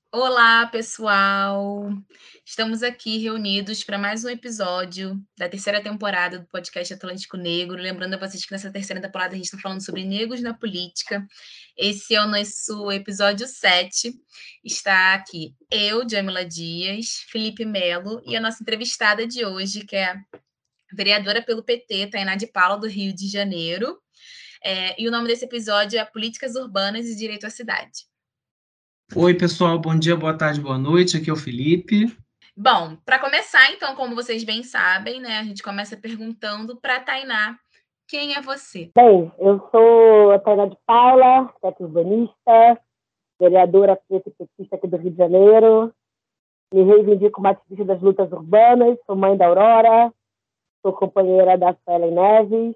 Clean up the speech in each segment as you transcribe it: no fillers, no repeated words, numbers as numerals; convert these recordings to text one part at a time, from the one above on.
Olá, pessoal! Estamos aqui reunidos para mais um episódio da terceira temporada do podcast Atlântico Negro. Lembrando a vocês que nessa terceira temporada a gente está falando sobre negros na política. Esse é o nosso episódio 7. Está aqui eu, Djamila Dias, Felipe Melo e a nossa entrevistada de hoje, que é a vereadora pelo PT, Tainá de Paula, do Rio de Janeiro. E o nome desse episódio é Políticas Urbanas e Direito à Cidade. Oi, pessoal, bom dia, boa tarde, boa noite, aqui é o Felipe. Bom, para começar, então, como vocês bem sabem, né, a gente começa perguntando para a Tainá, quem é você? Bem, eu sou a Tainá de Paula, arquiteta urbanista, vereadora preta e petista aqui do Rio de Janeiro. Me reivindico como ativista das lutas urbanas, sou mãe da Aurora, sou companheira da Suelen Neves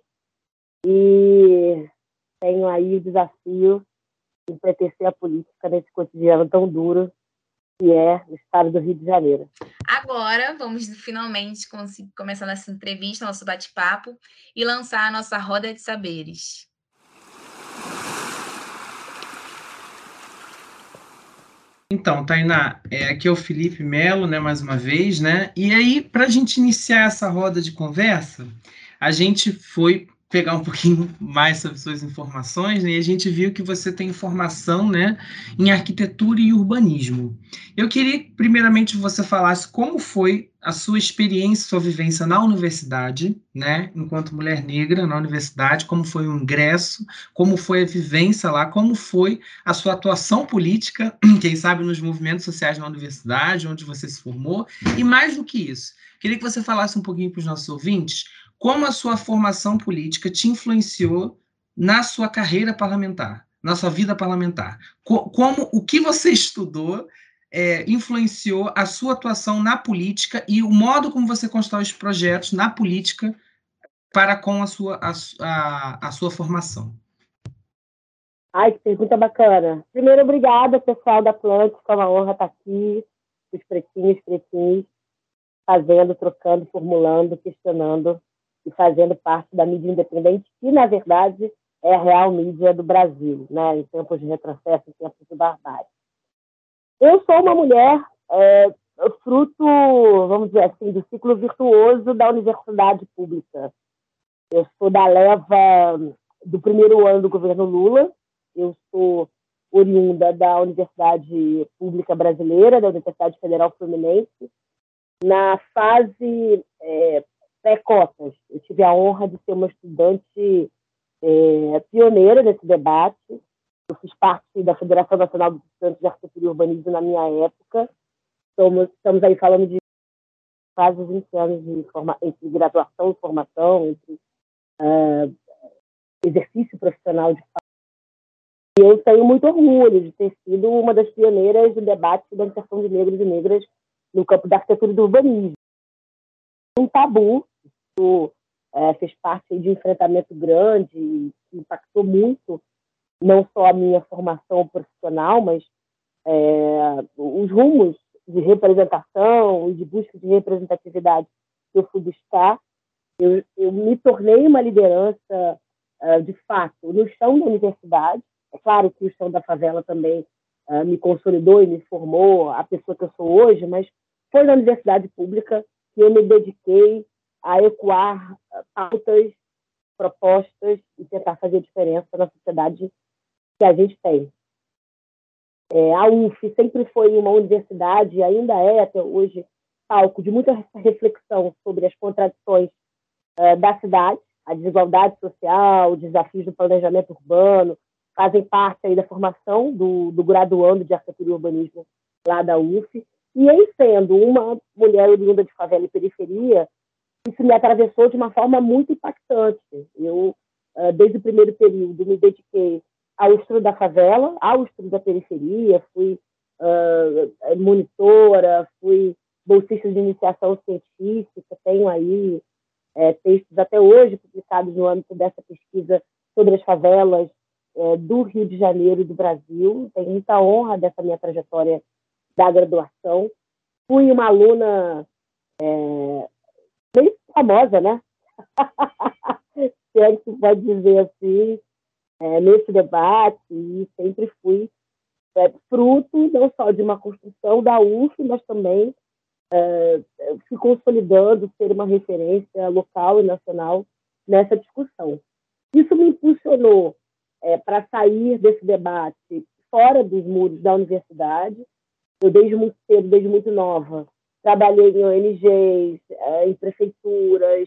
e tenho aí o desafio de pertencer à política nesse cotidiano tão duro que é o estado do Rio de Janeiro. Agora, vamos finalmente começar nossa entrevista, nosso bate-papo e lançar a nossa roda de saberes. Então, Tainá, aqui é o Felipe Melo, né, mais uma vez, né? E aí, para a gente iniciar essa roda de conversa, a gente foi pegar um pouquinho mais sobre suas informações, né? E a gente viu que você tem formação, né, em arquitetura e urbanismo. Eu queria, primeiramente, que você falasse como foi a sua experiência, sua vivência na universidade, né, enquanto mulher negra na universidade, como foi o ingresso, como foi a vivência lá, como foi a sua atuação política, quem sabe nos movimentos sociais na universidade, onde você se formou, e mais do que isso, queria que você falasse um pouquinho para os nossos ouvintes como a sua formação política te influenciou na sua carreira parlamentar, na sua vida parlamentar. Como o que você estudou influenciou a sua atuação na política e o modo como você constrói os projetos na política para com a sua formação. Ai, que pergunta bacana. Primeiro, obrigada, pessoal da Atlântico, é uma honra estar aqui, os pretinhos, fazendo, trocando, formulando, questionando e fazendo parte da mídia independente, que, na verdade, é a real mídia do Brasil, né? Em tempos de retrocesso, em tempos de barbárie. Eu sou uma mulher fruto, vamos dizer assim, do ciclo virtuoso da universidade pública. Eu sou da leva do primeiro ano do governo Lula, eu sou oriunda da Universidade Pública Brasileira, da Universidade Federal Fluminense, na fase pré-cotas. Eu tive a honra de ser uma estudante pioneira nesse debate. Eu fiz parte da Federação Nacional dos Estudantes de Arquitetura e Urbanismo na minha época. Estamos aí falando de quase 20 anos entre graduação e formação, entre exercício profissional de fato. E eu tenho muito orgulho de ter sido uma das pioneiras do debate da inserção de negros e negras no campo da arquitetura e do urbanismo. Um tabu, isso fez parte de um enfrentamento grande que impactou muito não só a minha formação profissional, mas os rumos de representação e de busca de representatividade que eu fui buscar. Eu me tornei uma liderança, de fato, no chão da universidade. É claro que o chão da favela também me consolidou e me formou a pessoa que eu sou hoje, mas foi na universidade pública que eu me dediquei a ecoar pautas, propostas e tentar fazer diferença na sociedade que a gente tem. A UF sempre foi uma universidade, ainda é até hoje, palco de muita reflexão sobre as contradições da cidade, a desigualdade social, os desafios do planejamento urbano, fazem parte aí da formação do graduando de arquitetura e urbanismo lá da UF. E em sendo uma mulher oriunda de favela e periferia, isso me atravessou de uma forma muito impactante. Eu, desde o primeiro período, me dediquei ao estudo da favela, ao estudo da periferia, fui monitora, fui bolsista de iniciação científica, tenho aí textos até hoje publicados no âmbito dessa pesquisa sobre as favelas do Rio de Janeiro e do Brasil. Tenho muita honra dessa minha trajetória da graduação. Fui uma aluna bem famosa, né? Se é que se pode dizer assim, nesse debate, e sempre fui fruto não só de uma construção da UF, mas também se consolidando, ser uma referência local e nacional nessa discussão. Isso me impulsionou para sair desse debate fora dos muros da universidade. Eu, desde muito cedo, desde muito nova, trabalhei em ONGs, em prefeituras,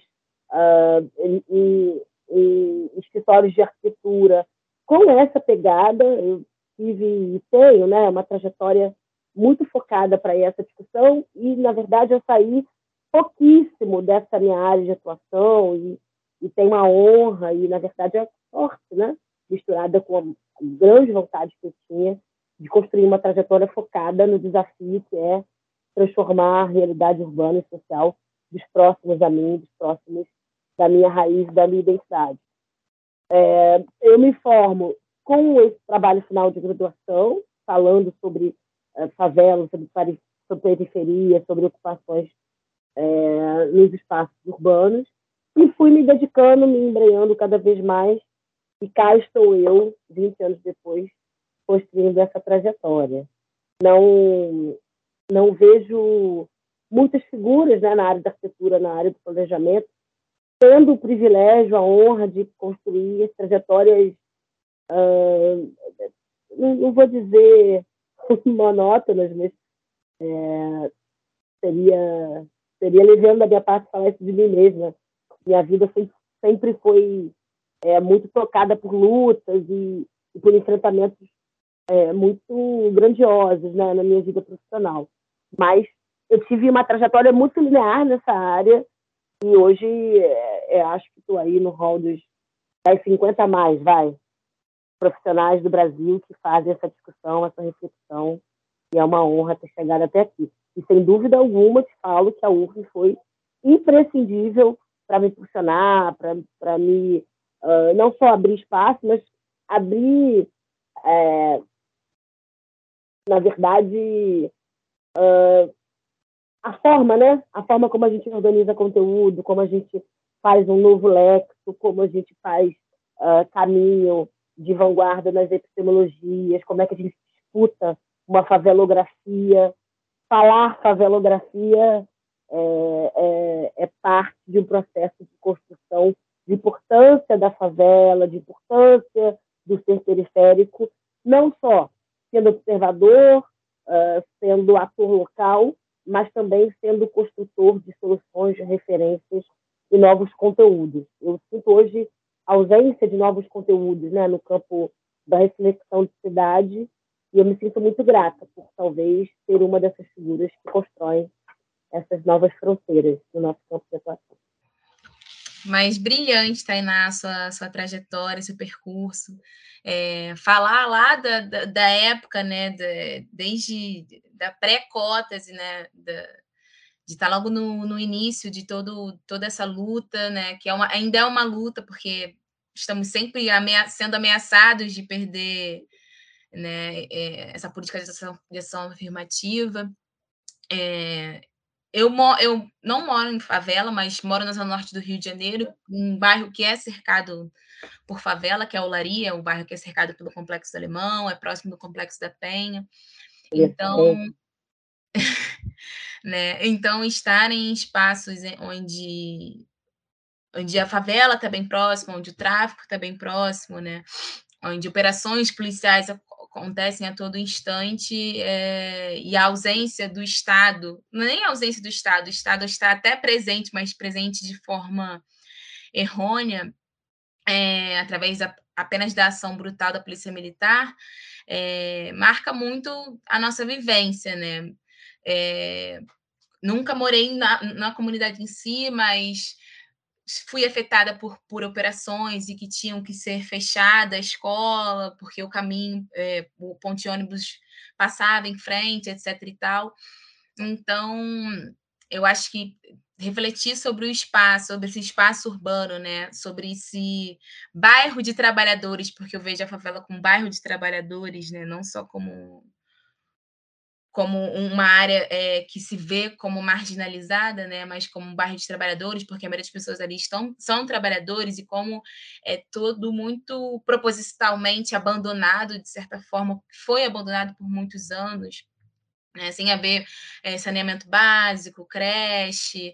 em escritórios de arquitetura. Com essa pegada, eu tive e tenho, né, uma trajetória muito focada para essa discussão e, na verdade, eu saí pouquíssimo dessa minha área de atuação e tenho uma honra e, na verdade, a sorte, né, misturada com a grande vontade que eu tinha de construir uma trajetória focada no desafio que é transformar a realidade urbana e social dos próximos a mim, dos próximos da minha raiz, da minha identidade. Eu me formo com esse trabalho final de graduação, falando sobre favelas, sobre periferia, sobre ocupações nos espaços urbanos, e fui me dedicando, me embrenhando cada vez mais, e cá estou eu, 20 anos depois, construindo essa trajetória. Não vejo muitas figuras, né, na área da arquitetura, na área do planejamento, tendo o privilégio, a honra de construir trajetórias, não vou dizer monótonas, mas seria levando da minha parte falar isso de mim mesma. Minha vida sempre foi muito tocada por lutas e por enfrentamentos muito grandiosos, né, na minha vida profissional. Mas eu tive uma trajetória muito linear nessa área e hoje acho que estou aí no hall dos 50 a mais, profissionais do Brasil que fazem essa discussão, essa reflexão, e é uma honra ter chegado até aqui. E, sem dúvida alguma, te falo que a UF foi imprescindível para me impulsionar, para me não só abrir espaço, mas abrir, na verdade, a forma, né? A forma como a gente organiza conteúdo, como a gente faz um novo lexo, como a gente faz caminho de vanguarda nas epistemologias, como é que a gente disputa uma favelografia. Falar favelografia é parte de um processo de construção de importância da favela, de importância do ser periférico, não só sendo observador, sendo ator local, mas também sendo construtor de soluções, de referências e novos conteúdos. Eu sinto hoje a ausência de novos conteúdos, né, no campo da reflexão de cidade, e eu me sinto muito grata por talvez ser uma dessas figuras que constroem essas novas fronteiras do nosso campo de atuação. Mas brilhante, Tainá, sua trajetória, seu percurso. Falar lá da época, né, desde da pré-cotas, né, de estar logo no início de toda essa luta, né, que ainda é uma luta, porque estamos sempre sendo ameaçados de perder, né, essa política de ação afirmativa. Eu não moro em favela, mas moro na zona norte do Rio de Janeiro, um bairro que é cercado por favela, que é Olaria, um bairro que é cercado pelo Complexo do Alemão, é próximo do Complexo da Penha. Então, né, então estar em espaços onde a favela está bem próxima, onde o tráfico está bem próximo, né, onde operações policiais acontecem a todo instante, e a ausência do Estado, nem a ausência do Estado, o Estado está até presente, mas presente de forma errônea, através apenas da ação brutal da polícia militar, marca muito a nossa vivência, né? Nunca morei na comunidade em si, mas fui afetada por operações e que tinham que ser fechada a escola, porque o caminho, o ponto de ônibus passava em frente, etc. e tal. Então, eu acho que refletir sobre o espaço, sobre esse espaço urbano, né? Sobre esse bairro de trabalhadores, porque eu vejo a favela como bairro de trabalhadores, né? Não só como como uma área que se vê como marginalizada, né, mas como um bairro de trabalhadores, porque a maioria das pessoas ali são trabalhadores, e como é tudo muito propositalmente abandonado, de certa forma, foi abandonado por muitos anos, né, sem haver saneamento básico, creche,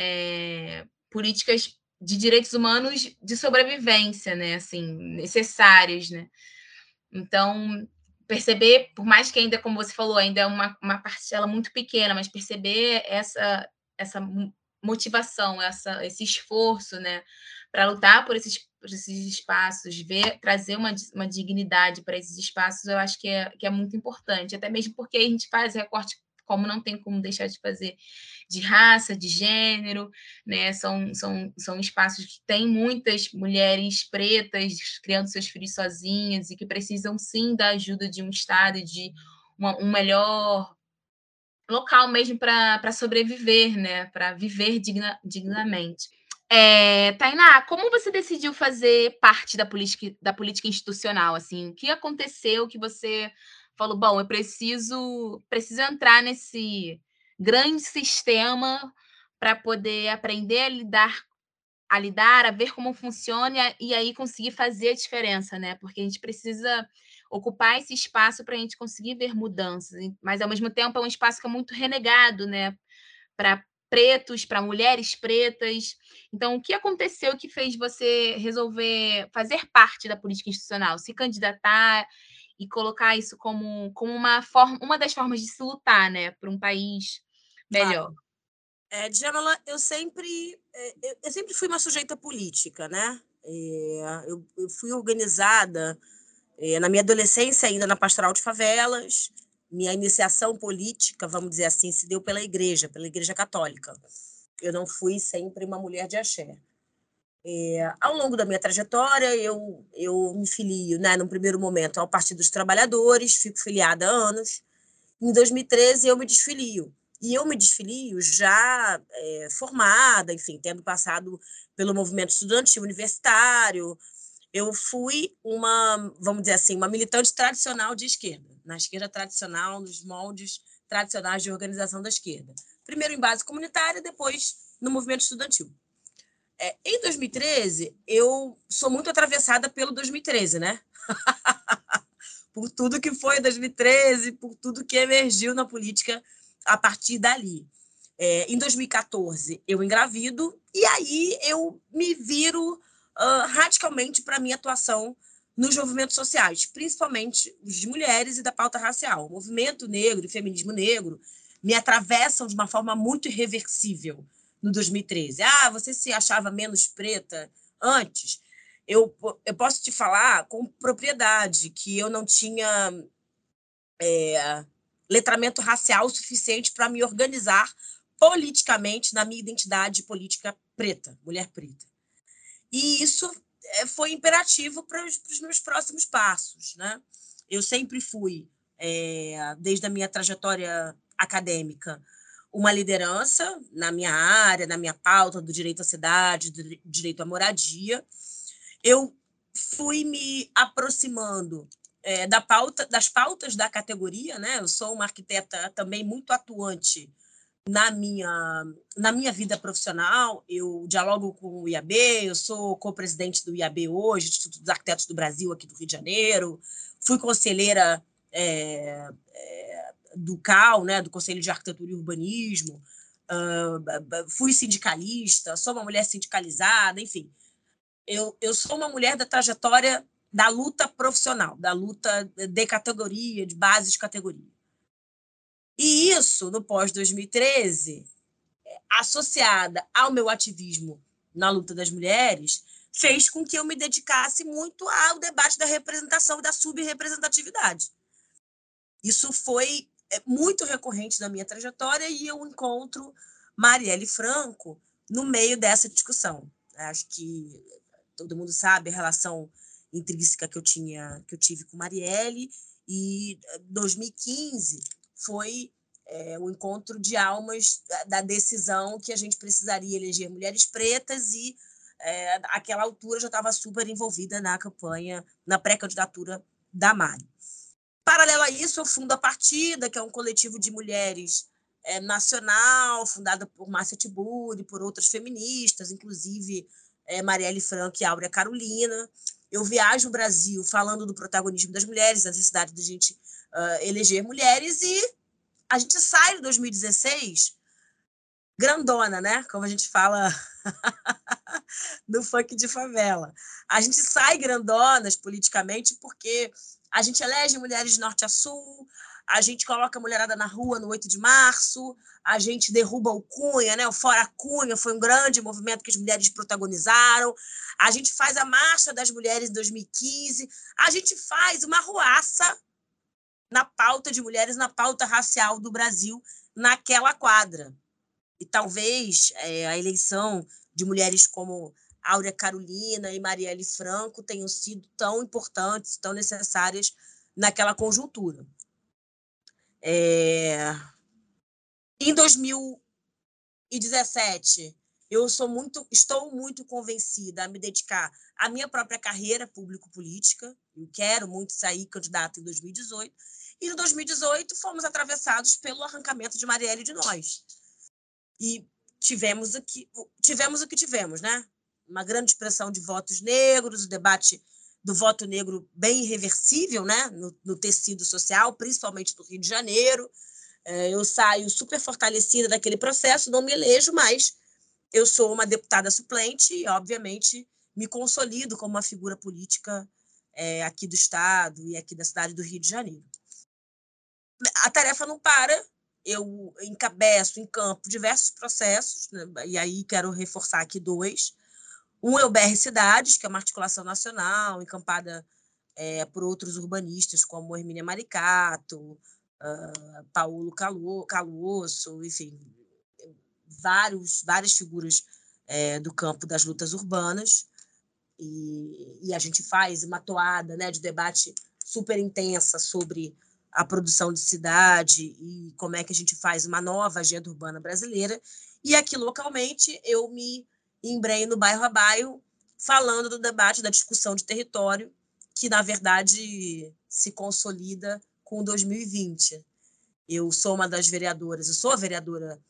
políticas de direitos humanos de sobrevivência, né, assim, necessários, né? Então, perceber, por mais que ainda, como você falou, ainda é uma parcela muito pequena, mas perceber essa motivação, esse esforço, né, para lutar por esses espaços, trazer uma dignidade para esses espaços, eu acho que é muito importante, até mesmo porque a gente faz recorte, como não tem como deixar de fazer, de raça, de gênero, né? São espaços que têm muitas mulheres pretas criando seus filhos sozinhas e que precisam, sim, da ajuda de um Estado e de um melhor local mesmo para sobreviver, né? Para viver dignamente. Tainá, como você decidiu fazer parte da política institucional? Assim, o que aconteceu que você falou, bom, eu preciso entrar nesse grande sistema para poder aprender a lidar, a ver como funciona e aí conseguir fazer a diferença, né? Porque a gente precisa ocupar esse espaço para a gente conseguir ver mudanças, mas ao mesmo tempo é um espaço que é muito renegado, né? Para pretos, para mulheres pretas. Então, o que aconteceu que fez você resolver fazer parte da política institucional, se candidatar e colocar isso como uma das formas de se lutar, né, por um país melhor? Djamila, eu sempre fui uma sujeita política, né? Eu fui organizada na minha adolescência, ainda na Pastoral de Favelas. Minha iniciação política, vamos dizer assim, se deu pela Igreja Católica. Eu não fui sempre uma mulher de axé. Ao longo da minha trajetória, eu me filio, né, num primeiro momento, ao Partido dos Trabalhadores, fico filiada há anos. Em 2013, eu me desfilio. E eu me desfilio já formada, enfim, tendo passado pelo movimento estudantil universitário. Eu fui vamos dizer assim, uma militante tradicional de esquerda, na esquerda tradicional, nos moldes tradicionais de organização da esquerda. Primeiro em base comunitária, depois no movimento estudantil. Em 2013, eu sou muito atravessada pelo 2013, né? Por tudo que foi 2013, por tudo que emergiu na política a partir dali. Em 2014, eu engravido, e aí eu me viro radicalmente para a minha atuação nos movimentos sociais, principalmente os de mulheres e da pauta racial. O movimento negro e feminismo negro me atravessam de uma forma muito irreversível no 2013. Você se achava menos preta antes? Eu posso te falar com propriedade que eu não tinha letramento racial suficiente para me organizar politicamente na minha identidade política preta, mulher preta. E isso foi imperativo para os meus próximos passos, né? Eu sempre fui, desde a minha trajetória acadêmica, uma liderança na minha área, na minha pauta do direito à cidade, do direito à moradia. Eu fui me aproximando das pautas da categoria, né? Eu sou uma arquiteta também muito atuante na minha vida profissional. Eu dialogo com o IAB, eu sou co-presidente do IAB hoje, Instituto dos Arquitetos do Brasil, aqui do Rio de Janeiro. Fui conselheira do CAU, né, do Conselho de Arquitetura e Urbanismo. Fui sindicalista, sou uma mulher sindicalizada, enfim. Eu sou uma mulher da trajetória da luta profissional, da luta de categoria, de base de categoria. E isso, no pós-2013, associada ao meu ativismo na luta das mulheres, fez com que eu me dedicasse muito ao debate da representação e da subrepresentatividade. Isso foi muito recorrente na minha trajetória e eu encontro Marielle Franco no meio dessa discussão. Acho que todo mundo sabe a relação intrínseca que eu tive com Marielle, e 2015 foi o encontro de almas da decisão que a gente precisaria eleger mulheres pretas, e àquela altura já estava super envolvida na campanha, na pré-candidatura da Mari. paralelo a isso, eu fundo a Partida, que é um coletivo de mulheres nacional, fundada por Márcia Tiburi, por outras feministas, inclusive Marielle Franco e Áurea Carolina. Eu viajo o Brasil falando do protagonismo das mulheres, da necessidade de a gente eleger mulheres, e a gente sai em 2016 grandona, né? Como a gente fala no funk de favela. A gente sai grandonas politicamente porque a gente elege mulheres de norte a sul, a gente coloca a mulherada na rua no 8 de março, a gente derruba o Cunha, né? O Fora Cunha foi um grande movimento que as mulheres protagonizaram, a gente faz a Marcha das Mulheres em 2015, a gente faz uma ruaça na pauta de mulheres, na pauta racial do Brasil, naquela quadra. E talvez a eleição de mulheres como Áurea Carolina e Marielle Franco tenham sido tão importantes, tão necessárias naquela conjuntura. Em 2017, estou muito convencida a me dedicar à minha própria carreira público-política. Eu quero muito sair candidata em 2018. E em 2018 fomos atravessados pelo arrancamento de Marielle de nós. E tivemos o que tivemos, né? Uma grande expressão de votos negros, o debate do voto negro bem irreversível, né? No tecido social, principalmente no Rio de Janeiro. Eu saio super fortalecida daquele processo, não me elejo, mas eu sou uma deputada suplente e, obviamente, me consolido como uma figura política aqui do Estado e aqui da cidade do Rio de Janeiro. A tarefa não para. Eu encabeço, encampo diversos processos, né? E aí quero reforçar aqui 2. Um é o BR Cidades, que é uma articulação nacional, encampada por outros urbanistas, como Hermínia Maricato, Paulo Calosso, enfim, várias figuras do campo das lutas urbanas. E a gente faz uma toada, né, de debate super intensa sobre a produção de cidade e como é que a gente faz uma nova agenda urbana brasileira. E aqui, localmente, eu me embrenho no bairro a bairro, falando do debate, da discussão de território, que, na verdade, se consolida com 2020. Eu sou uma das vereadoras, eu sou a vereadora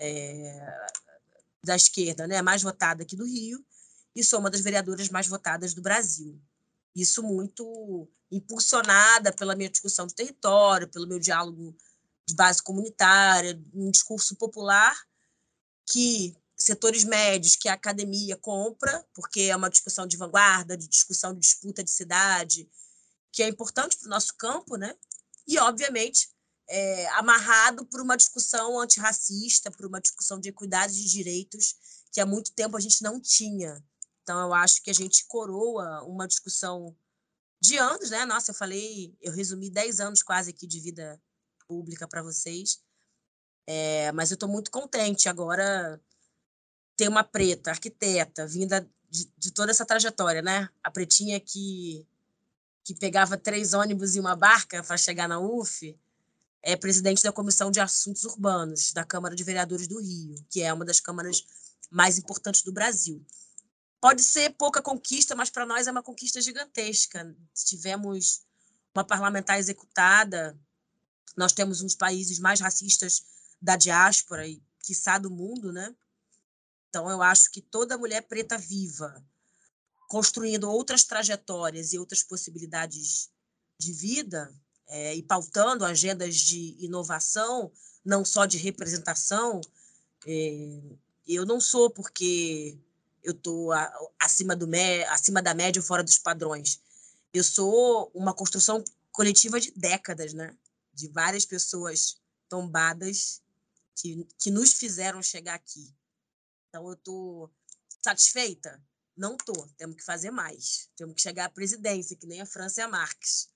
da esquerda, né, mais votada aqui do Rio, e sou uma das vereadoras mais votadas do Brasil. Isso muito impulsionada pela minha discussão de território, pelo meu diálogo de base comunitária, um discurso popular que setores médios, que a academia compra, porque é uma discussão de vanguarda, de discussão de disputa de cidade, que é importante para o nosso campo, né? E, obviamente, amarrado por uma discussão antirracista, por uma discussão de equidade de direitos, que há muito tempo a gente não tinha. Então, eu acho que a gente coroa uma discussão de anos, né? Nossa, eu resumi 10 anos quase aqui de vida pública para vocês, mas eu estou muito contente agora ter uma preta, arquiteta, vinda de toda essa trajetória, né? A pretinha que pegava 3 ônibus e uma barca para chegar na UF, é presidente da Comissão de Assuntos Urbanos da Câmara de Vereadores do Rio, que é uma das câmaras mais importantes do Brasil. Pode ser pouca conquista, mas para nós é uma conquista gigantesca. Tivemos uma parlamentar executada, nós temos um dos países mais racistas da diáspora e, quiçá, do mundo, né? Então, eu acho que toda mulher preta viva, construindo outras trajetórias e outras possibilidades de vida, e pautando agendas de inovação, não só de representação, eu não sou porque eu estou acima da média ou fora dos padrões. Eu sou uma construção coletiva de décadas, né? De várias pessoas tombadas que nos fizeram chegar aqui. Então, eu estou satisfeita? Não estou. Temos que fazer mais. Temos que chegar à presidência, que nem a França e a Marx.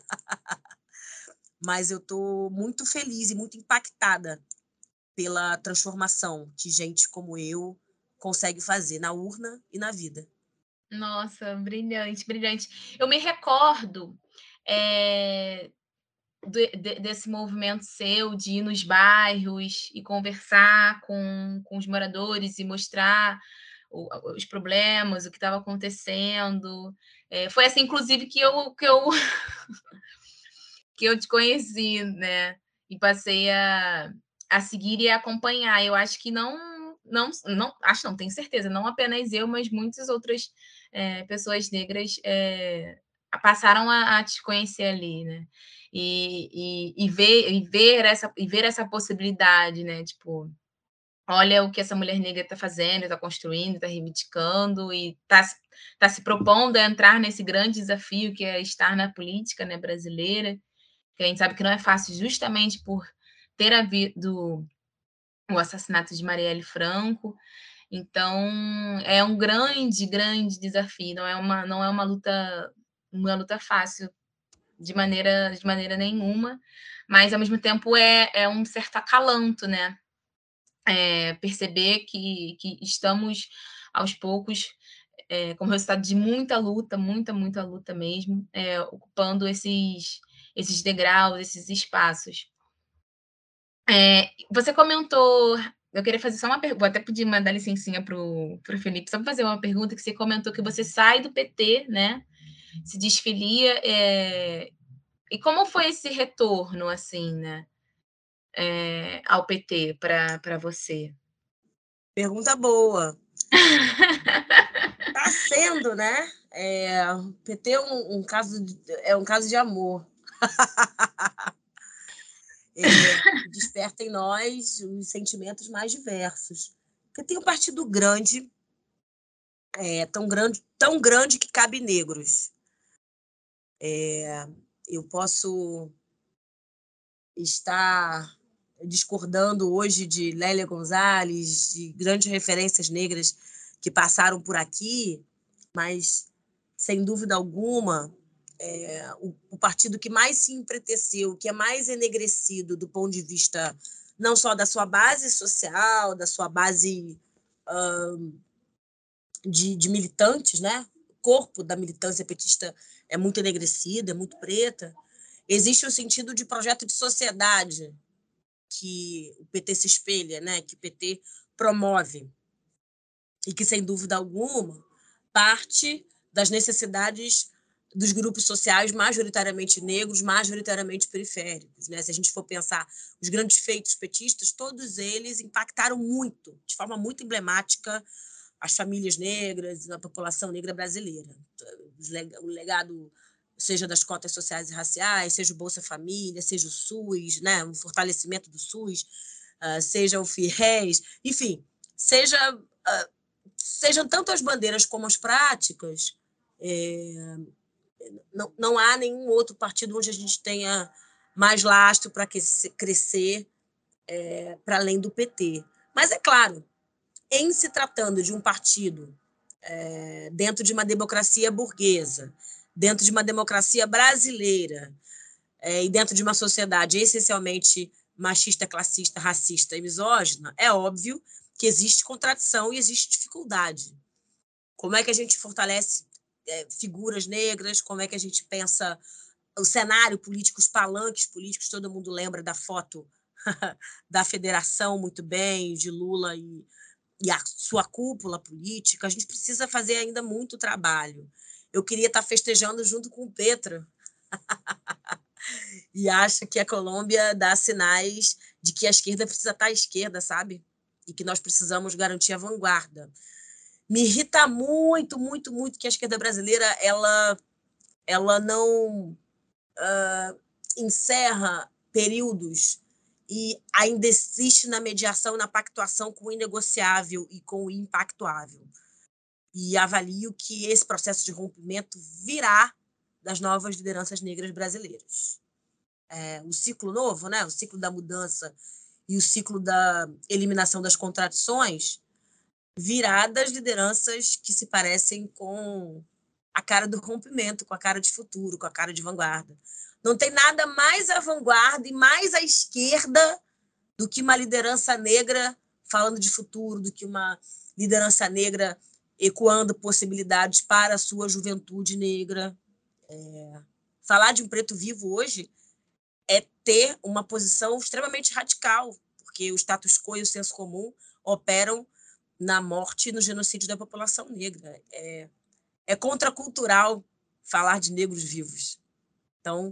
Mas eu estou muito feliz e muito impactada pela transformação que gente como eu consegue fazer na urna e na vida. Nossa, brilhante, brilhante. Eu me recordo desse movimento seu de ir nos bairros e conversar com os moradores e mostrar os problemas, o que estava acontecendo. Foi assim, inclusive, que eu que eu te conheci, né? E passei a seguir e a acompanhar. Eu acho que acho não, tenho certeza, não apenas eu, mas muitas outras pessoas negras passaram a te conhecer ali, né? E ver essa possibilidade, né? Tipo, olha o que essa mulher negra está fazendo, está construindo, está reivindicando e está se propondo a entrar nesse grande desafio que é estar na política, né, brasileira, que a gente sabe que não é fácil justamente por ter havido o assassinato de Marielle Franco. Então, é um grande, grande desafio, não é uma luta fácil de maneira nenhuma, mas ao mesmo tempo é um certo acalanto, né? Perceber que estamos aos poucos, como resultado de muita luta, muita luta mesmo, ocupando esses degraus, esses espaços. Você comentou, eu queria fazer só uma pergunta, vou até pedir dar licencinha para o Felipe, só para fazer uma pergunta, que você comentou que você sai do PT, né? Se desfilia, e como foi esse retorno, assim, né? Ao PT para você? Pergunta boa. Tá sendo, né? O PT é um caso de amor. Desperta em nós os sentimentos mais diversos. Porque tem um partido grande, tão grande que cabe negros. Eu posso estar discordando hoje de Lélia Gonzalez, de grandes referências negras que passaram por aqui, mas, sem dúvida alguma, o partido que mais se empreteceu, que é mais enegrecido do ponto de vista não só da sua base social, da sua base de militantes, né? O corpo da militância petista é muito enegrecido, é muito preta. Existe o sentido de projeto de sociedade que o PT se espelha, né? Que o PT promove e que, sem dúvida alguma, parte das necessidades dos grupos sociais majoritariamente negros, majoritariamente periféricos, né? Se a gente for pensar os grandes feitos petistas, todos eles impactaram muito, de forma muito emblemática, as famílias negras, a população negra brasileira. O legado, seja das cotas sociais e raciais, seja o Bolsa Família, seja o SUS, né? O fortalecimento do SUS, seja o FIES, enfim, sejam tanto as bandeiras como as práticas, não há nenhum outro partido onde a gente tenha mais lastro para crescer para além do PT. Mas, é claro, em se tratando de um partido dentro de uma democracia burguesa, dentro de uma democracia brasileira e dentro de uma sociedade essencialmente machista, classista, racista e misógina, é óbvio que existe contradição e existe dificuldade. Como é que a gente fortalece figuras negras? Como é que a gente pensa o cenário político, os palanques políticos? Todo mundo lembra da foto da federação muito bem, de Lula e a sua cúpula política. A gente precisa fazer ainda muito trabalho. Eu queria estar festejando junto com o Petro e acho que a Colômbia dá sinais de que a esquerda precisa estar à esquerda, sabe? E que nós precisamos garantir a vanguarda. Me irrita muito, muito, muito que a esquerda brasileira ela não encerra períodos e ainda insiste na mediação, na pactuação com o inegociável e com o impactuável. E avalio que esse processo de rompimento virá das novas lideranças negras brasileiras. O ciclo novo, né? O ciclo da mudança e o ciclo da eliminação das contradições virá das lideranças que se parecem com a cara do rompimento, com a cara de futuro, com a cara de vanguarda. Não tem nada mais à vanguarda e mais à esquerda do que uma liderança negra falando de futuro, do que uma liderança negra ecoando possibilidades para a sua juventude negra. Falar de um preto vivo hoje é ter uma posição extremamente radical, porque o status quo e o senso comum operam na morte e no genocídio da população negra. É contracultural falar de negros vivos. Então,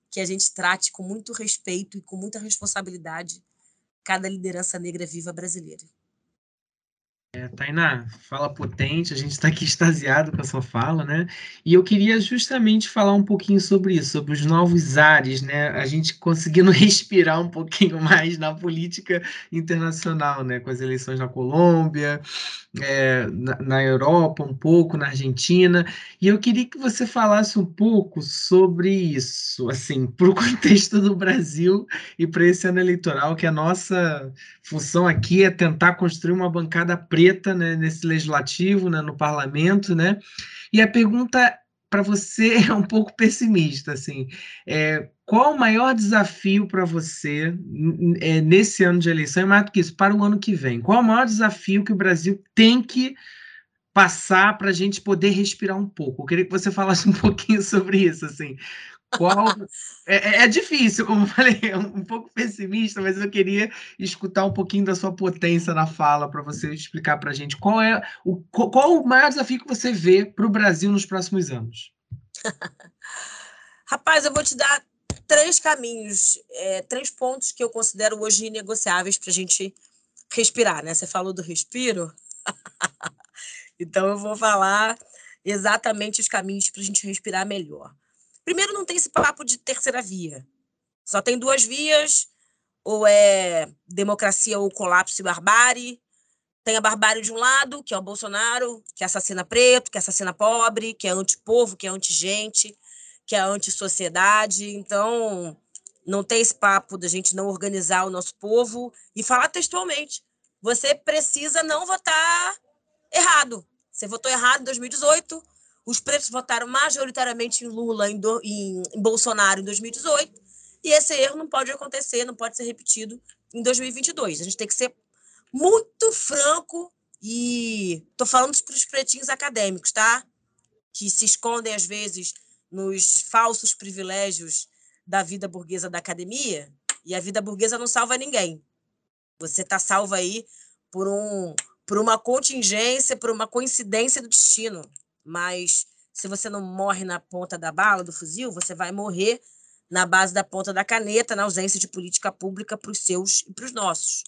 que a gente trate com muito respeito e com muita responsabilidade cada liderança negra viva brasileira. Tainá, fala potente, a gente está aqui extasiado com a sua fala, né? E eu queria justamente falar um pouquinho sobre isso, sobre os novos ares, né? A gente conseguindo respirar um pouquinho mais na política internacional, né? Com as eleições na Colômbia, na Europa um pouco, na Argentina, e eu queria que você falasse um pouco sobre isso, assim, para o contexto do Brasil e para esse ano eleitoral, que a nossa função aqui é tentar construir uma bancada preta, né, nesse legislativo, né, no parlamento, né? E a pergunta para você é um pouco pessimista, assim, qual o maior desafio para você nesse ano de eleição, e mais do que isso, para o ano que vem? Qual o maior desafio que o Brasil tem que passar para a gente poder respirar um pouco? Eu queria que você falasse um pouquinho sobre isso, assim. Qual é difícil, como eu falei, é um pouco pessimista, mas eu queria escutar um pouquinho da sua potência na fala para você explicar para a gente qual o maior desafio que você vê para o Brasil nos próximos anos. Rapaz, eu vou te dar 3 caminhos, 3 pontos que eu considero hoje inegociáveis para a gente respirar, né? Você falou do respiro, então eu vou falar exatamente os caminhos para a gente respirar melhor. Primeiro, não tem esse papo de terceira via. Só tem 2 vias, ou é democracia ou colapso e barbárie. Tem a barbárie de um lado, que é o Bolsonaro, que assassina preto, que assassina pobre, que é antipovo, que é anti-gente, que é anti-sociedade. Então, não tem esse papo da gente não organizar o nosso povo e falar textualmente. Você precisa não votar errado. Você votou errado em 2018, os pretos votaram majoritariamente em Lula, em Bolsonaro em 2018, e esse erro não pode acontecer, não pode ser repetido em 2022. A gente tem que ser muito franco e tô falando para os pretinhos acadêmicos, tá? Que se escondem, às vezes, nos falsos privilégios da vida burguesa da academia, e a vida burguesa não salva ninguém. Você está salvo aí por uma contingência, por uma coincidência do destino. Mas se você não morre na ponta da bala, do fuzil, você vai morrer na base da ponta da caneta, na ausência de política pública para os seus e para os nossos.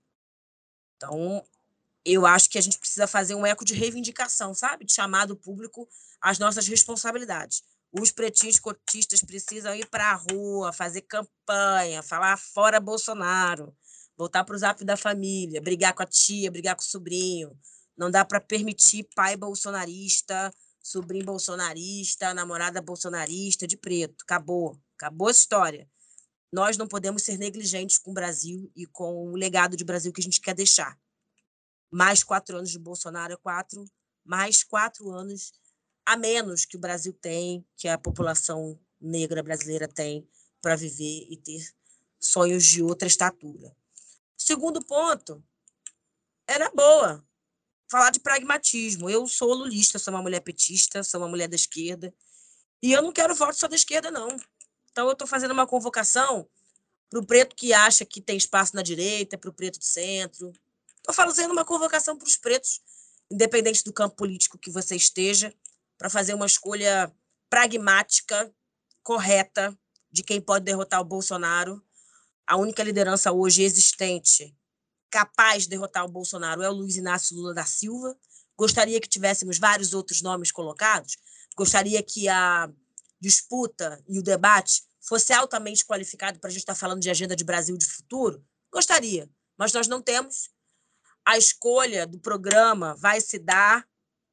Então, eu acho que a gente precisa fazer um eco de reivindicação, sabe? De chamar do público às nossas responsabilidades. Os pretinhos cotistas precisam ir para a rua, fazer campanha, falar fora Bolsonaro, voltar para o zap da família, brigar com a tia, brigar com o sobrinho. Não dá para permitir pai bolsonarista, sobrinho bolsonarista, namorada bolsonarista de preto. Acabou. Acabou a história. Nós não podemos ser negligentes com o Brasil e com o legado de Brasil que a gente quer deixar. Mais 4 anos de Bolsonaro mais 4 anos a menos que o Brasil tem, que a população negra brasileira tem para viver e ter sonhos de outra estatura. Segundo ponto, era boa falar de pragmatismo. Eu sou lulista, sou uma mulher petista, sou uma mulher da esquerda, e eu não quero voto só da esquerda, não. Então, eu estou fazendo uma convocação para o preto que acha que tem espaço na direita, para o preto de centro. Estou fazendo uma convocação para os pretos, independente do campo político que você esteja, para fazer uma escolha pragmática, correta, de quem pode derrotar o Bolsonaro. A única liderança hoje existente capaz de derrotar o Bolsonaro é o Luiz Inácio Lula da Silva. Gostaria que tivéssemos vários outros nomes colocados. Gostaria que a disputa e o debate fosse altamente qualificado para a gente estar falando de agenda de Brasil de futuro. Gostaria, mas nós não temos. A escolha do programa vai se dar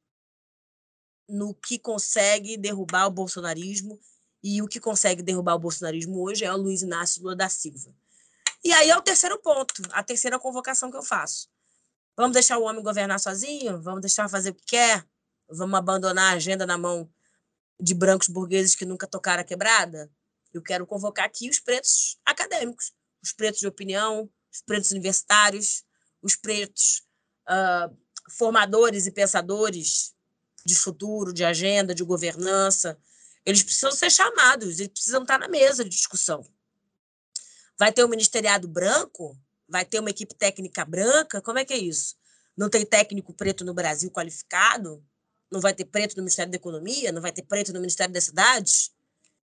no que consegue derrubar o bolsonarismo, e o que consegue derrubar o bolsonarismo hoje é o Luiz Inácio Lula da Silva. E aí é o terceiro ponto, a terceira convocação que eu faço. Vamos deixar o homem governar sozinho? Vamos deixar fazer o que quer? Vamos abandonar a agenda na mão de brancos burgueses que nunca tocaram a quebrada? Eu quero convocar aqui os pretos acadêmicos, os pretos de opinião, os pretos universitários, os pretos formadores e pensadores de futuro, de agenda, de governança. Eles precisam ser chamados, eles precisam estar na mesa de discussão. Vai ter um ministeriado branco? Vai ter uma equipe técnica branca? Como é que é isso? Não tem técnico preto no Brasil qualificado? Não vai ter preto no Ministério da Economia? Não vai ter preto no Ministério das Cidades?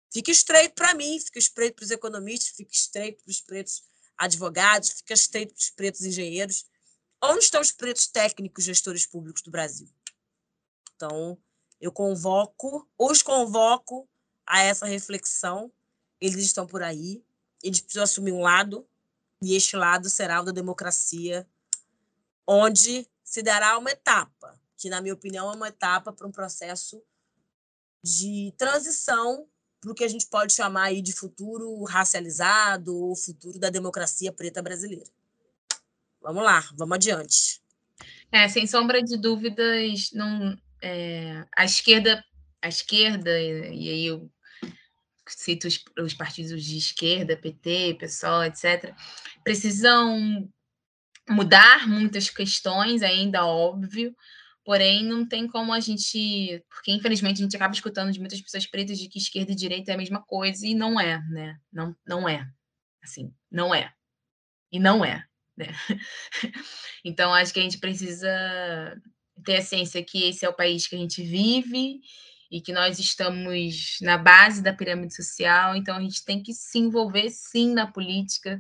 Fica estreito para mim, fica estreito para os economistas, fica estreito para os pretos advogados, fica estreito para os pretos engenheiros. Onde estão os pretos técnicos gestores públicos do Brasil? Então, os convoco a essa reflexão. Eles estão por aí, eles precisam assumir um lado, e este lado será o da democracia, onde se dará uma etapa, que, na minha opinião, é uma etapa para um processo de transição para o que a gente pode chamar aí de futuro racializado ou futuro da democracia preta brasileira. Vamos lá, vamos adiante. Sem sombra de dúvidas, não, a esquerda, e aí eu cito os partidos de esquerda, PT, PSOL, etc., precisam mudar muitas questões ainda, óbvio, porém não tem como a gente, porque infelizmente a gente acaba escutando de muitas pessoas pretas de que esquerda e direita é a mesma coisa, e não é, né? Não é, assim, não é. E não é, né? Então, acho que a gente precisa ter a ciência que esse é o país que a gente vive e que nós estamos na base da pirâmide social, então a gente tem que se envolver, sim, na política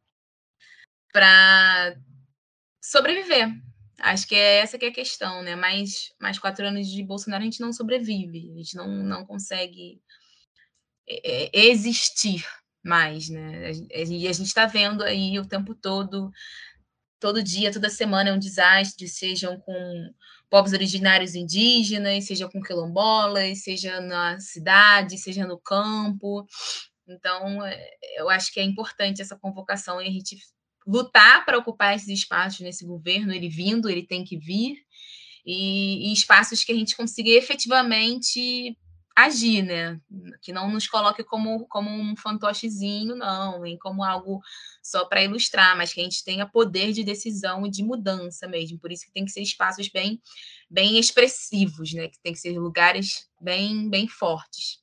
para sobreviver. Acho que é essa que é a questão, né? Mais 4 anos de Bolsonaro, a gente não sobrevive, a gente não consegue existir mais, né? E a gente está vendo aí o tempo todo dia, toda semana é um desastre, sejam com povos originários indígenas, seja com quilombolas, seja na cidade, seja no campo. Então, eu acho que é importante essa convocação e a gente lutar para ocupar esses espaços nesse governo, ele tem que vir, e espaços que a gente consiga efetivamente agir, né? Que não nos coloque como um fantochezinho, não, nem como algo só para ilustrar, mas que a gente tenha poder de decisão e de mudança mesmo. Por isso que tem que ser espaços bem expressivos, né? Que tem que ser lugares bem fortes.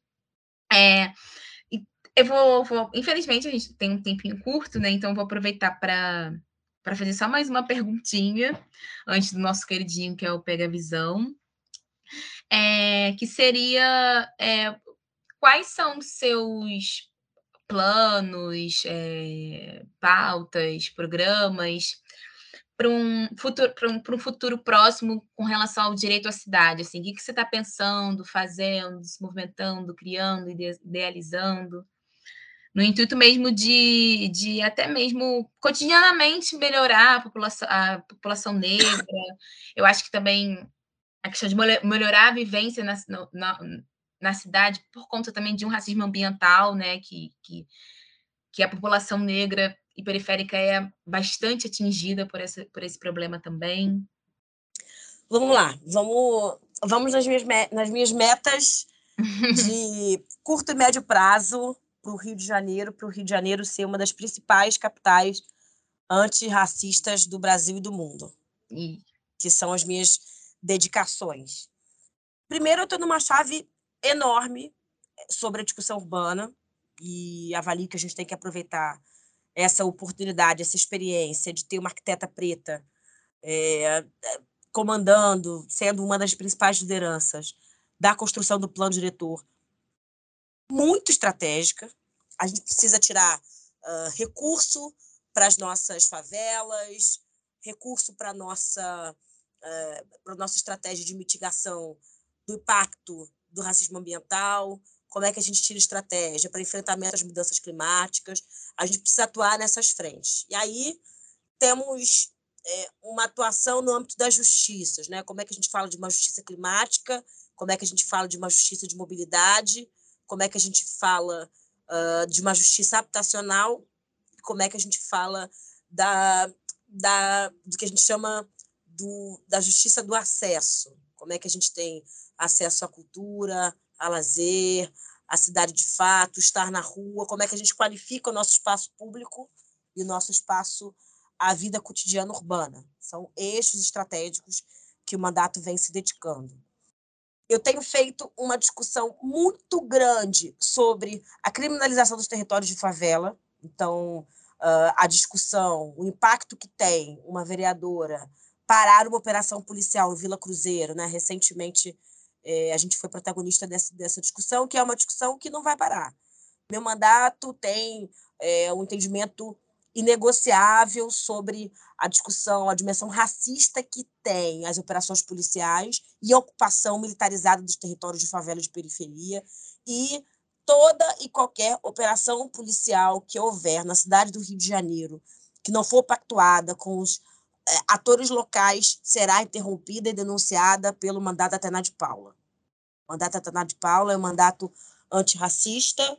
Eu vou. Infelizmente, a gente tem um tempinho curto, né? Então, vou aproveitar para fazer só mais uma perguntinha antes do nosso queridinho, que é o Pega Visão. Que seria quais são os seus planos, pautas, programas para um futuro próximo com relação ao direito à cidade? Assim, o que você está pensando, fazendo, se movimentando, criando, idealizando? No intuito mesmo de até mesmo cotidianamente melhorar a população negra. Eu acho que também a questão de melhorar a vivência na cidade por conta também de um racismo ambiental, né, que a população negra e periférica é bastante atingida por esse problema também. Vamos lá, vamos nas minhas metas de curto e médio prazo para o Rio de Janeiro ser uma das principais capitais antirracistas do Brasil e do mundo, que são as minhas dedicações. Primeiro, eu estou numa chave enorme sobre a discussão urbana e avalio que a gente tem que aproveitar essa oportunidade, essa experiência de ter uma arquiteta preta comandando, sendo uma das principais lideranças da construção do plano diretor, muito estratégica. A gente precisa tirar recurso para as nossas favelas, recurso para a nossa estratégia de mitigação do impacto do racismo ambiental, como é que a gente tira estratégia para enfrentamento às mudanças climáticas. A gente precisa atuar nessas frentes. E aí temos uma atuação no âmbito das justiças, né? Como é que a gente fala de uma justiça climática, como é que a gente fala de uma justiça de mobilidade, como é que a gente fala de uma justiça habitacional, como é que a gente fala do que a gente chama da justiça do acesso, como é que a gente tem acesso à cultura, a lazer, à cidade de fato, estar na rua, como é que a gente qualifica o nosso espaço público e o nosso espaço à vida cotidiana urbana. São eixos estratégicos que o mandato vem se dedicando. Eu tenho feito uma discussão muito grande sobre a criminalização dos territórios de favela. Então, a discussão, o impacto que tem uma vereadora parar uma operação policial em Vila Cruzeiro, né? Recentemente, A gente foi protagonista dessa discussão, que é uma discussão que não vai parar. Meu mandato tem um entendimento inegociável sobre a discussão, a dimensão racista que tem as operações policiais e a ocupação militarizada dos territórios de favela e de periferia, e toda e qualquer operação policial que houver na cidade do Rio de Janeiro, que não for pactuada com os atores locais, será interrompida e denunciada pelo mandato Atena de Paula. O mandato Atena de Paula é um mandato antirracista,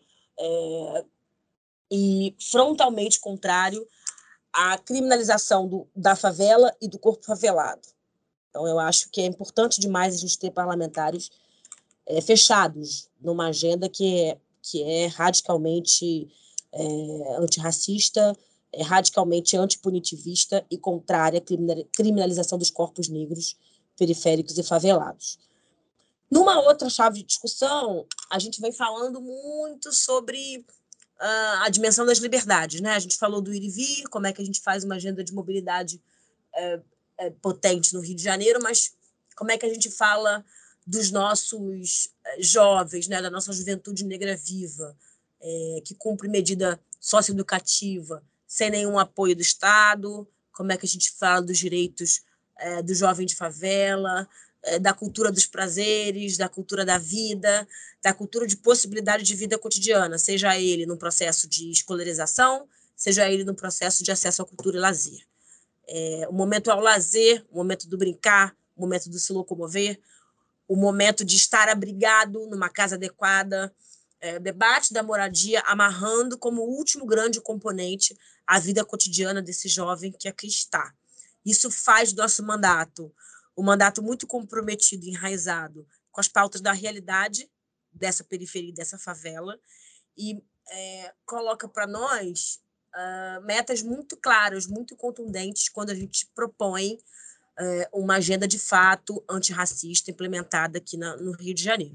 e frontalmente contrário à criminalização da favela e do corpo favelado. Então, eu acho que é importante demais a gente ter parlamentares fechados numa agenda que é radicalmente antirracista, radicalmente antipunitivista e contrária à criminalização dos corpos negros, periféricos e favelados. Numa outra chave de discussão, a gente vem falando muito sobre a dimensão das liberdades, né? A gente falou do ir e vir, como é que a gente faz uma agenda de mobilidade potente no Rio de Janeiro, mas como é que a gente fala dos nossos jovens, né? Da nossa juventude negra viva, que cumpre medida socioeducativa sem nenhum apoio do Estado, como é que a gente fala dos direitos do jovem de favela, da cultura dos prazeres, da cultura da vida, da cultura de possibilidade de vida cotidiana, seja ele no processo de escolarização, seja ele no processo de acesso à cultura e lazer. O momento ao lazer, o momento do brincar, o momento do se locomover, o momento de estar abrigado numa casa adequada, o debate da moradia amarrando como último grande componente a vida cotidiana desse jovem que aqui está. Isso faz do nosso mandato um mandato muito comprometido, enraizado com as pautas da realidade dessa periferia, dessa favela, e coloca para nós metas muito claras, muito contundentes, quando a gente propõe uma agenda de fato antirracista implementada aqui no Rio de Janeiro.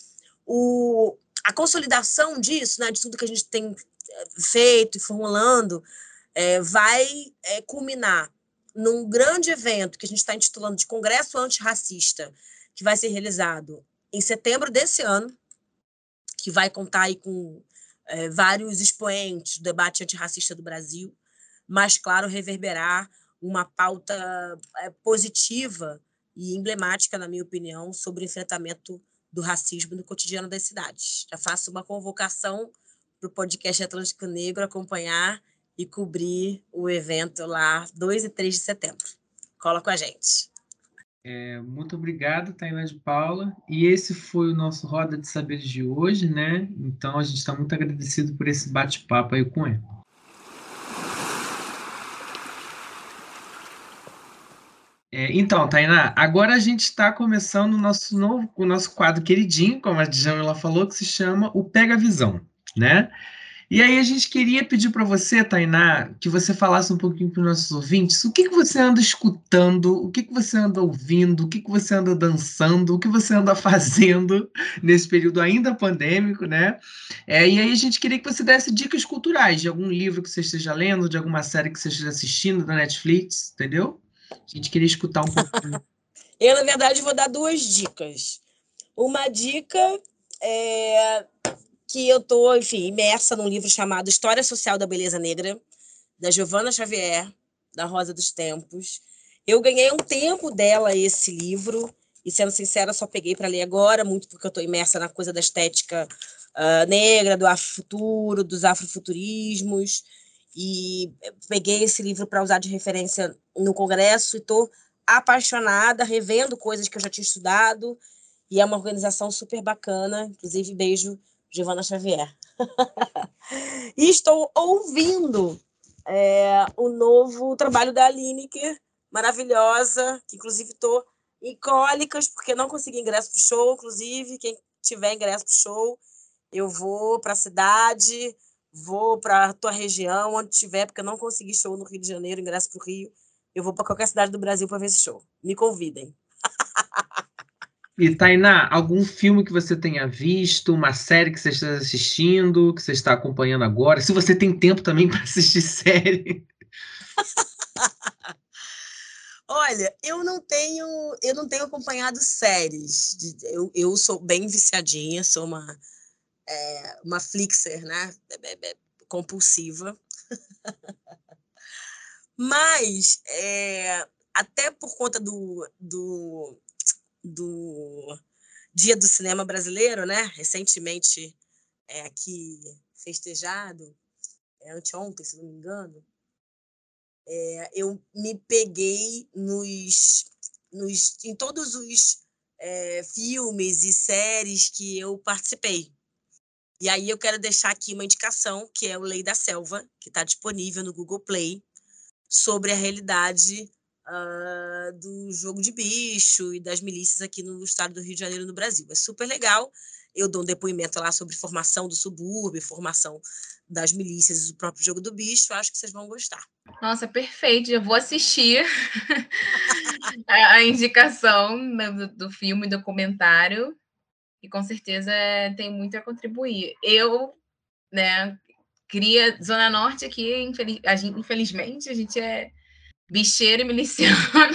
A consolidação disso, né, de tudo que a gente tem feito e formulando, vai culminar num grande evento que a gente está intitulando de Congresso Antirracista, que vai ser realizado em setembro desse ano, que vai contar aí com vários expoentes do debate antirracista do Brasil, mas, claro, reverberar uma pauta positiva e emblemática, na minha opinião, sobre o enfrentamento do racismo no cotidiano das cidades. Já faço uma convocação para o podcast Atlântico Negro acompanhar e cobrir o evento lá 2 e 3 de setembro. Cola com a gente. Muito obrigado, Tainá de Paula. E esse foi o nosso Roda de Saberes de hoje, né? Então, a gente está muito agradecido por esse bate-papo aí com ela. Então, Tainá, agora a gente está começando o nosso quadro queridinho, como a Djamila falou, que se chama o Pega a Visão, né? E aí a gente queria pedir para você, Tainá, que você falasse um pouquinho para os nossos ouvintes o que você anda escutando, o que você anda ouvindo, o que você anda dançando, o que você anda fazendo nesse período ainda pandêmico, né? E aí a gente queria que você desse dicas culturais de algum livro que você esteja lendo, de alguma série que você esteja assistindo da Netflix, entendeu? A gente queria escutar um pouquinho. Eu, na verdade, vou dar 2 dicas. Uma dica é que eu estou, enfim, imersa num livro chamado História Social da Beleza Negra, da Giovana Xavier, da Rosa dos Tempos. Eu ganhei um tempo dela esse livro, e, sendo sincera, só peguei para ler agora, muito porque eu estou imersa na coisa da estética negra, do afrofuturo, dos afrofuturismos, e peguei esse livro para usar de referência no congresso e estou apaixonada, revendo coisas que eu já tinha estudado, e é uma organização super bacana, inclusive beijo Giovana Xavier. E estou ouvindo o novo trabalho da Lineker, maravilhosa, que inclusive estou em cólicas, porque não consegui ingresso para o show. Inclusive, quem tiver ingresso para o show, eu vou para a cidade, vou para a tua região, onde tiver, porque eu não consegui show no Rio de Janeiro, ingresso para o Rio. Eu vou para qualquer cidade do Brasil para ver esse show. Me convidem. E, Tainá, algum filme que você tenha visto, uma série que você está assistindo, que você está acompanhando agora? Se você tem tempo também para assistir série. Olha, eu não tenho acompanhado séries. Eu sou bem viciadinha, sou uma flixer, né? Compulsiva. Mas, até por conta do Dia do Cinema Brasileiro, né? Recentemente aqui festejado, anteontem, se não me engano, eu me peguei em todos os filmes e séries que eu participei. E aí eu quero deixar aqui uma indicação, que é o Lei da Selva, que está disponível no Google Play, sobre a realidade do jogo de bicho e das milícias aqui no estado do Rio de Janeiro, no Brasil. É super legal. Eu dou um depoimento lá sobre formação do subúrbio, formação das milícias e do próprio jogo do bicho. Acho que vocês vão gostar. Nossa, perfeito. Já vou assistir a indicação, né, do filme, documentário, e com certeza tem muito a contribuir. Eu, né, cria Zona Norte aqui, infelizmente, a gente é bicheiro e miliciano.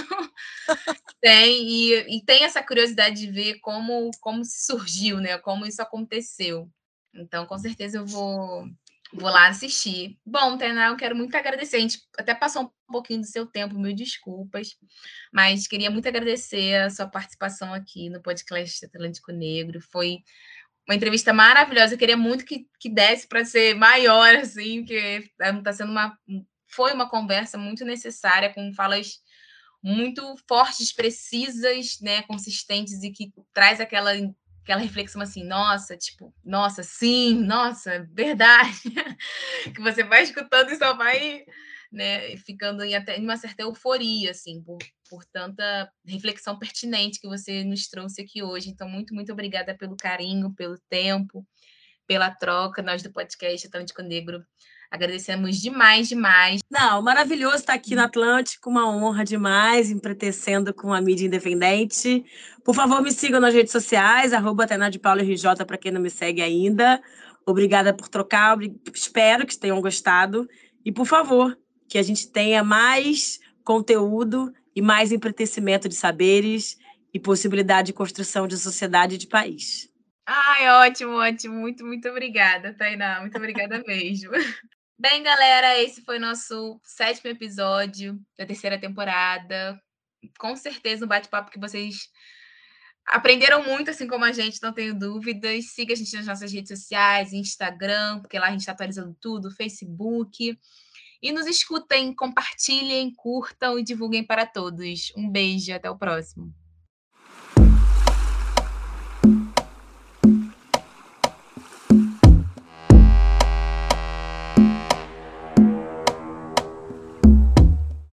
E tem essa curiosidade de ver como surgiu, né? Como isso aconteceu. Então, com certeza eu vou lá assistir. Bom, Tainá, eu quero muito agradecer. A gente até passou um pouquinho do seu tempo, mil desculpas, mas queria muito agradecer a sua participação aqui no podcast Atlântico Negro. Foi uma entrevista maravilhosa. Eu queria muito que desse para ser maior, assim, porque está sendo foi uma conversa muito necessária, com falas muito fortes, precisas, né, consistentes, e que traz aquela reflexão assim, nossa, tipo, nossa, sim, nossa, verdade, que você vai escutando e só vai, né, ficando até em uma certa euforia, assim, por tanta reflexão pertinente que você nos trouxe aqui hoje. Então, muito, muito obrigada pelo carinho, pelo tempo, pela troca. Nós do podcast Atlântico Negro agradecemos demais, demais. Não, maravilhoso estar aqui no Atlântico, uma honra demais, empretecendo com a mídia independente. Por favor, me sigam nas redes sociais, @TainaDePauloRJ, para quem não me segue ainda. Obrigada por trocar, espero que tenham gostado. E, por favor, que a gente tenha mais conteúdo e mais empretecimento de saberes e possibilidade de construção de sociedade e de país. Ai, ótimo, ótimo. Muito, muito obrigada, Tainá. Muito obrigada mesmo. Bem, galera, esse foi nosso 7º episódio da 3ª temporada. Com certeza um bate-papo que vocês aprenderam muito, assim como a gente, não tenho dúvidas. Siga a gente nas nossas redes sociais, Instagram, porque lá a gente está atualizando tudo, Facebook. E nos escutem, compartilhem, curtam e divulguem para todos. Um beijo, até o próximo.